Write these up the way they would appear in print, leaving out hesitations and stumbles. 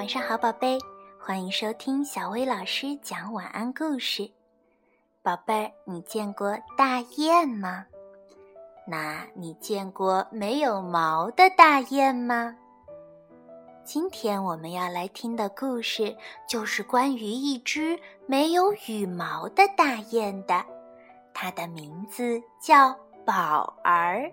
晚上好，宝贝，欢迎收听小薇老师讲晚安故事。宝贝儿，你见过大雁吗？那你见过没有毛的大雁吗？今天我们要来听的故事就是关于一只没有羽毛的大雁的，它的名字叫宝儿。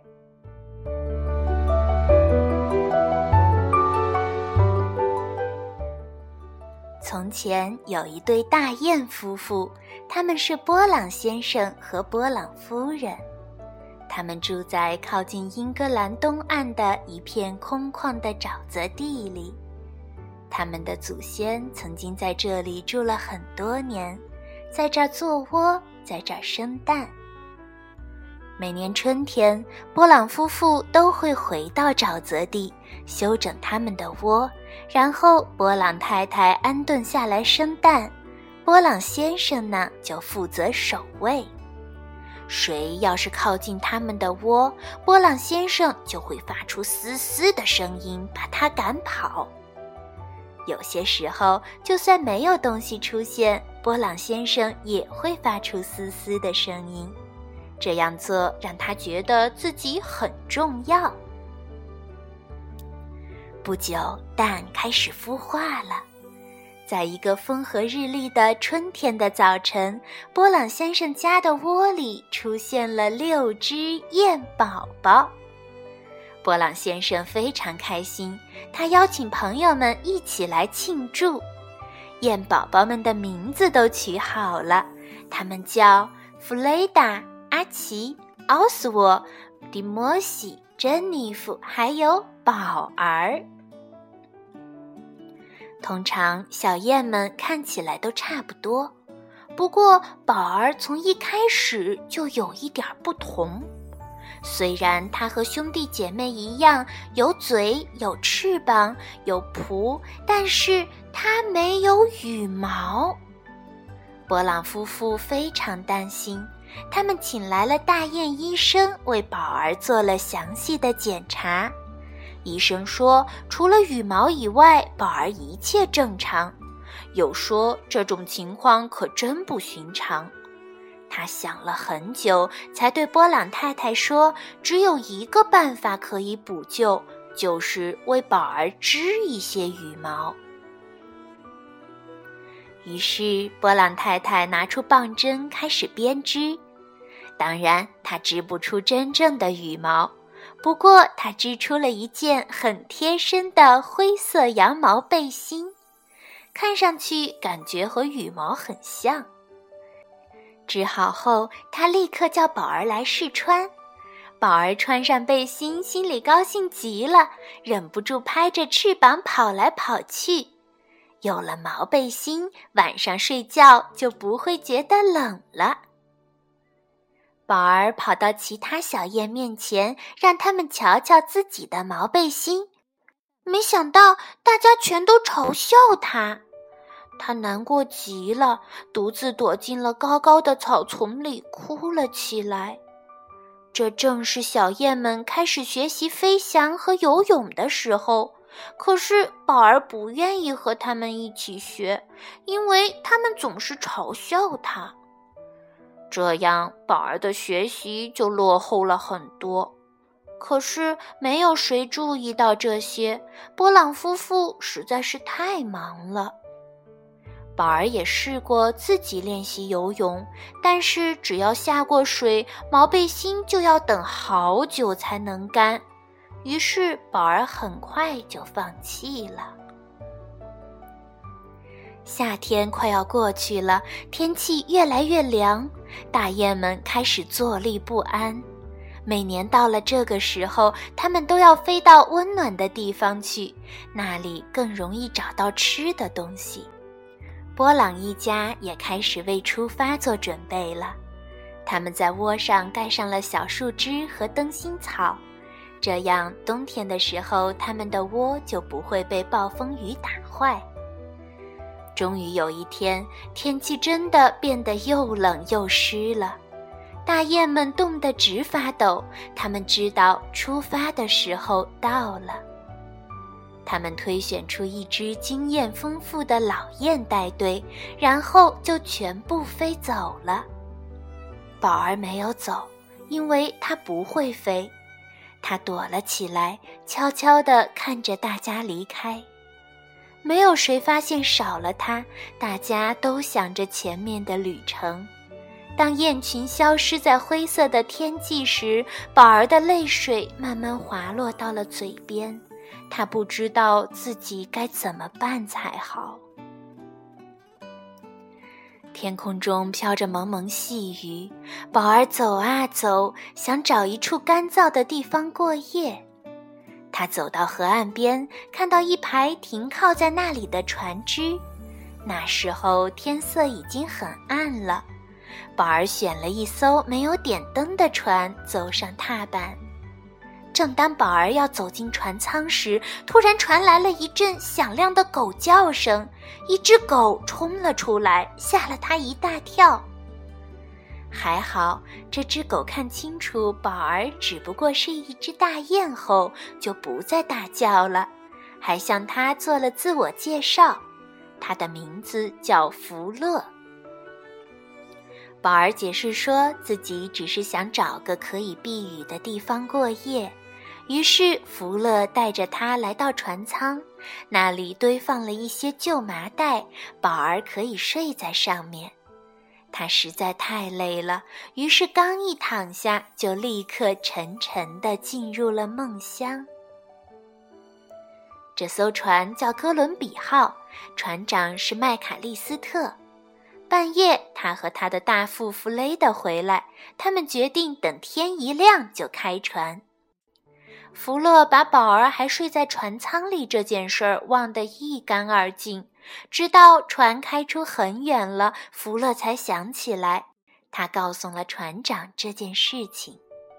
从前有一对大雁夫妇，他们是波朗先生和波朗夫人。他们住在靠近英格兰东岸的一片空旷的沼泽地里。他们的祖先曾经在这里住了很多年，在这儿做窝，在这儿生蛋。每年春天，波朗夫妇都会回到沼泽地，修整他们的窝，然后波朗太太安顿下来生蛋，波朗先生呢就负责守卫。谁要是靠近他们的窝，波朗先生就会发出嘶嘶的声音，把他赶跑。有些时候，就算没有东西出现，波朗先生也会发出嘶嘶的声音。这样做让他觉得自己很重要。不久，蛋开始孵化了。在一个风和日丽的春天的早晨，波朗先生家的窝里出现了6只雁宝宝。波朗先生非常开心，他邀请朋友们一起来庆祝。雁宝宝们的名字都取好了，他们叫弗雷达、阿奇、奥斯沃、迪摩西、珍妮弗，还有宝儿。通常小雁们看起来都差不多，不过宝儿从一开始就有一点不同。虽然它和兄弟姐妹一样有嘴、有翅膀、有蹼，但是它没有羽毛。波朗夫妇非常担心，他们请来了大雁医生，为宝儿做了详细的检查。医生说，除了羽毛以外，宝儿一切正常。又说这种情况可真不寻常。他想了很久，才对波朗太太说，只有一个办法可以补救，就是为宝儿织一些羽毛。于是波朗太太拿出棒针开始编织。当然她织不出真正的羽毛，不过她织出了一件很贴身的灰色羊毛背心，看上去感觉和羽毛很像。织好后，她立刻叫宝儿来试穿。宝儿穿上背心，心里高兴极了，忍不住拍着翅膀跑来跑去。有了毛背心，晚上睡觉就不会觉得冷了。宝儿跑到其他小雁面前，让他们瞧瞧自己的毛背心。没想到大家全都嘲笑他。他难过极了，独自躲进了高高的草丛里，哭了起来。这正是小雁们开始学习飞翔和游泳的时候，可是宝儿不愿意和他们一起学，因为他们总是嘲笑他。这样，宝儿的学习就落后了很多。可是没有谁注意到这些，波朗夫妇实在是太忙了。宝儿也试过自己练习游泳，但是只要下过水，毛背心就要等好久才能干。于是宝儿很快就放弃了。夏天快要过去了，天气越来越凉，大雁们开始坐立不安。每年到了这个时候，它们都要飞到温暖的地方去，那里更容易找到吃的东西。波朗一家也开始为出发做准备了。他们在窝上盖上了小树枝和灯芯草，这样冬天的时候，他们的窝就不会被暴风雨打坏。终于有一天，天气真的变得又冷又湿了。大雁们冻得直发抖，它们知道出发的时候到了。 他们推选出一只经验丰富的老雁带队，然后就全部飞走了。宝儿没有走，因为它不会飞。它躲了起来，悄悄地看着大家离开。没有谁发现少了它，大家都想着前面的旅程。当雁群消失在灰色的天际时，宝儿的泪水慢慢滑落到了嘴边，他不知道自己该怎么办才好。天空中飘着蒙蒙细雨，宝儿走啊走，想找一处干燥的地方过夜。他走到河岸边，看到一排停靠在那里的船只。那时候天色已经很暗了，宝儿选了一艘没有点灯的船，走上踏板。正当宝儿要走进船舱时，突然传来了一阵响亮的狗叫声，一只狗冲了出来，吓了他一大跳。还好，这只狗看清楚宝儿只不过是一只大雁后，就不再大叫了，还向他做了自我介绍。他的名字叫福乐。宝儿解释说自己只是想找个可以避雨的地方过夜，于是福乐带着他来到船舱，那里堆放了一些旧麻袋，宝儿可以睡在上面。他实在太累了，于是刚一躺下，就立刻沉沉地进入了梦乡。这艘船叫哥伦比号，船长是麦卡利斯特。半夜，他和他的大副弗雷德回来，他们决定等天一亮就开船。福乐把宝儿还睡在船舱里这件事儿忘得一干二净，直到船开出很远了，福乐才想起来，他告诉了船长这件事情。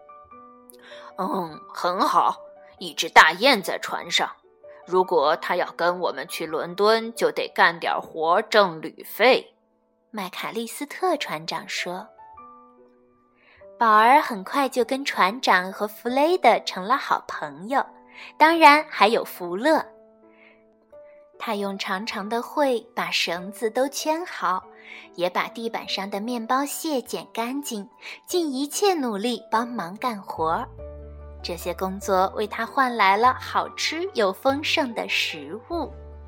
很好，一只大雁在船上，如果他要跟我们去伦敦，就得干点活挣旅费。 麦卡利斯特船长说。宝儿很快就跟船长和弗雷德成了好朋友，当然还有福乐。他用长长的喙把绳子都圈好，也把地板上的面包屑捡干净，尽一切努力帮忙干活。这些工作为他换来了好吃又丰盛的食物。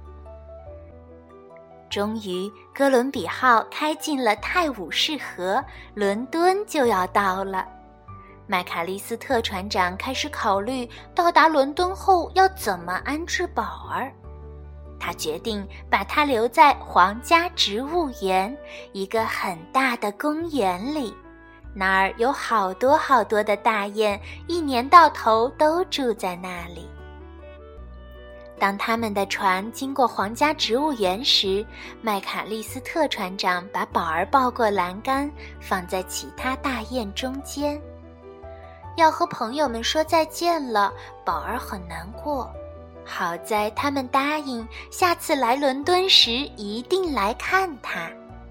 终于，哥伦比号开进了泰晤士河，伦敦就要到了。麦卡利斯特船长开始考虑到达伦敦后要怎么安置宝儿。他决定把它留在皇家植物园，一个很大的公园里。那儿有好多好多的大雁，一年到头都住在那里。当他们的船经过皇家植物园时，麦卡利斯特船长把宝儿抱过栏杆，放在其他大雁中间。要和朋友们说再见了，宝儿很难过。好在他们答应下次来伦敦时一定来看他。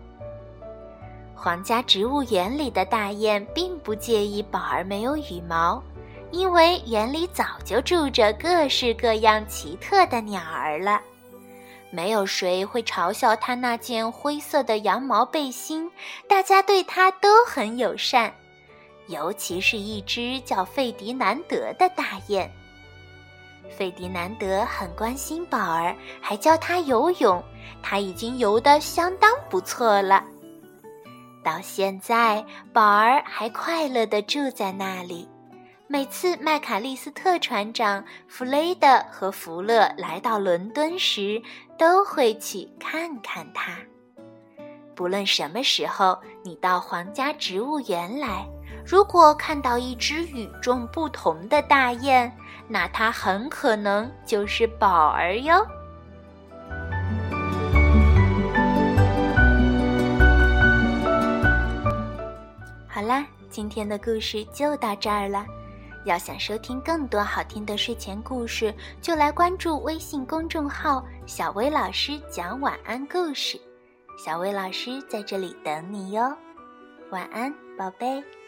皇家植物园里的大雁并不介意宝儿没有羽毛，因为园里早就住着各式各样奇特的鸟儿了。没有谁会嘲笑他那件灰色的羊毛背心，大家对他都很友善，尤其是一只叫费迪南德的大雁。费迪南德很关心宝儿，还教他游泳，他已经游得相当不错了。到现在，宝儿还快乐地住在那里。每次麦卡利斯特船长、弗雷德和福乐来到伦敦时，都会去看看他。不论什么时候你到皇家植物园来，如果看到一只与众不同的大雁，那它很可能就是宝儿哟。好啦，今天的故事就到这儿了。要想收听更多好听的睡前故事，就来关注微信公众号小薇老师讲晚安故事。小薇老师在这里等你哟，晚安，宝贝。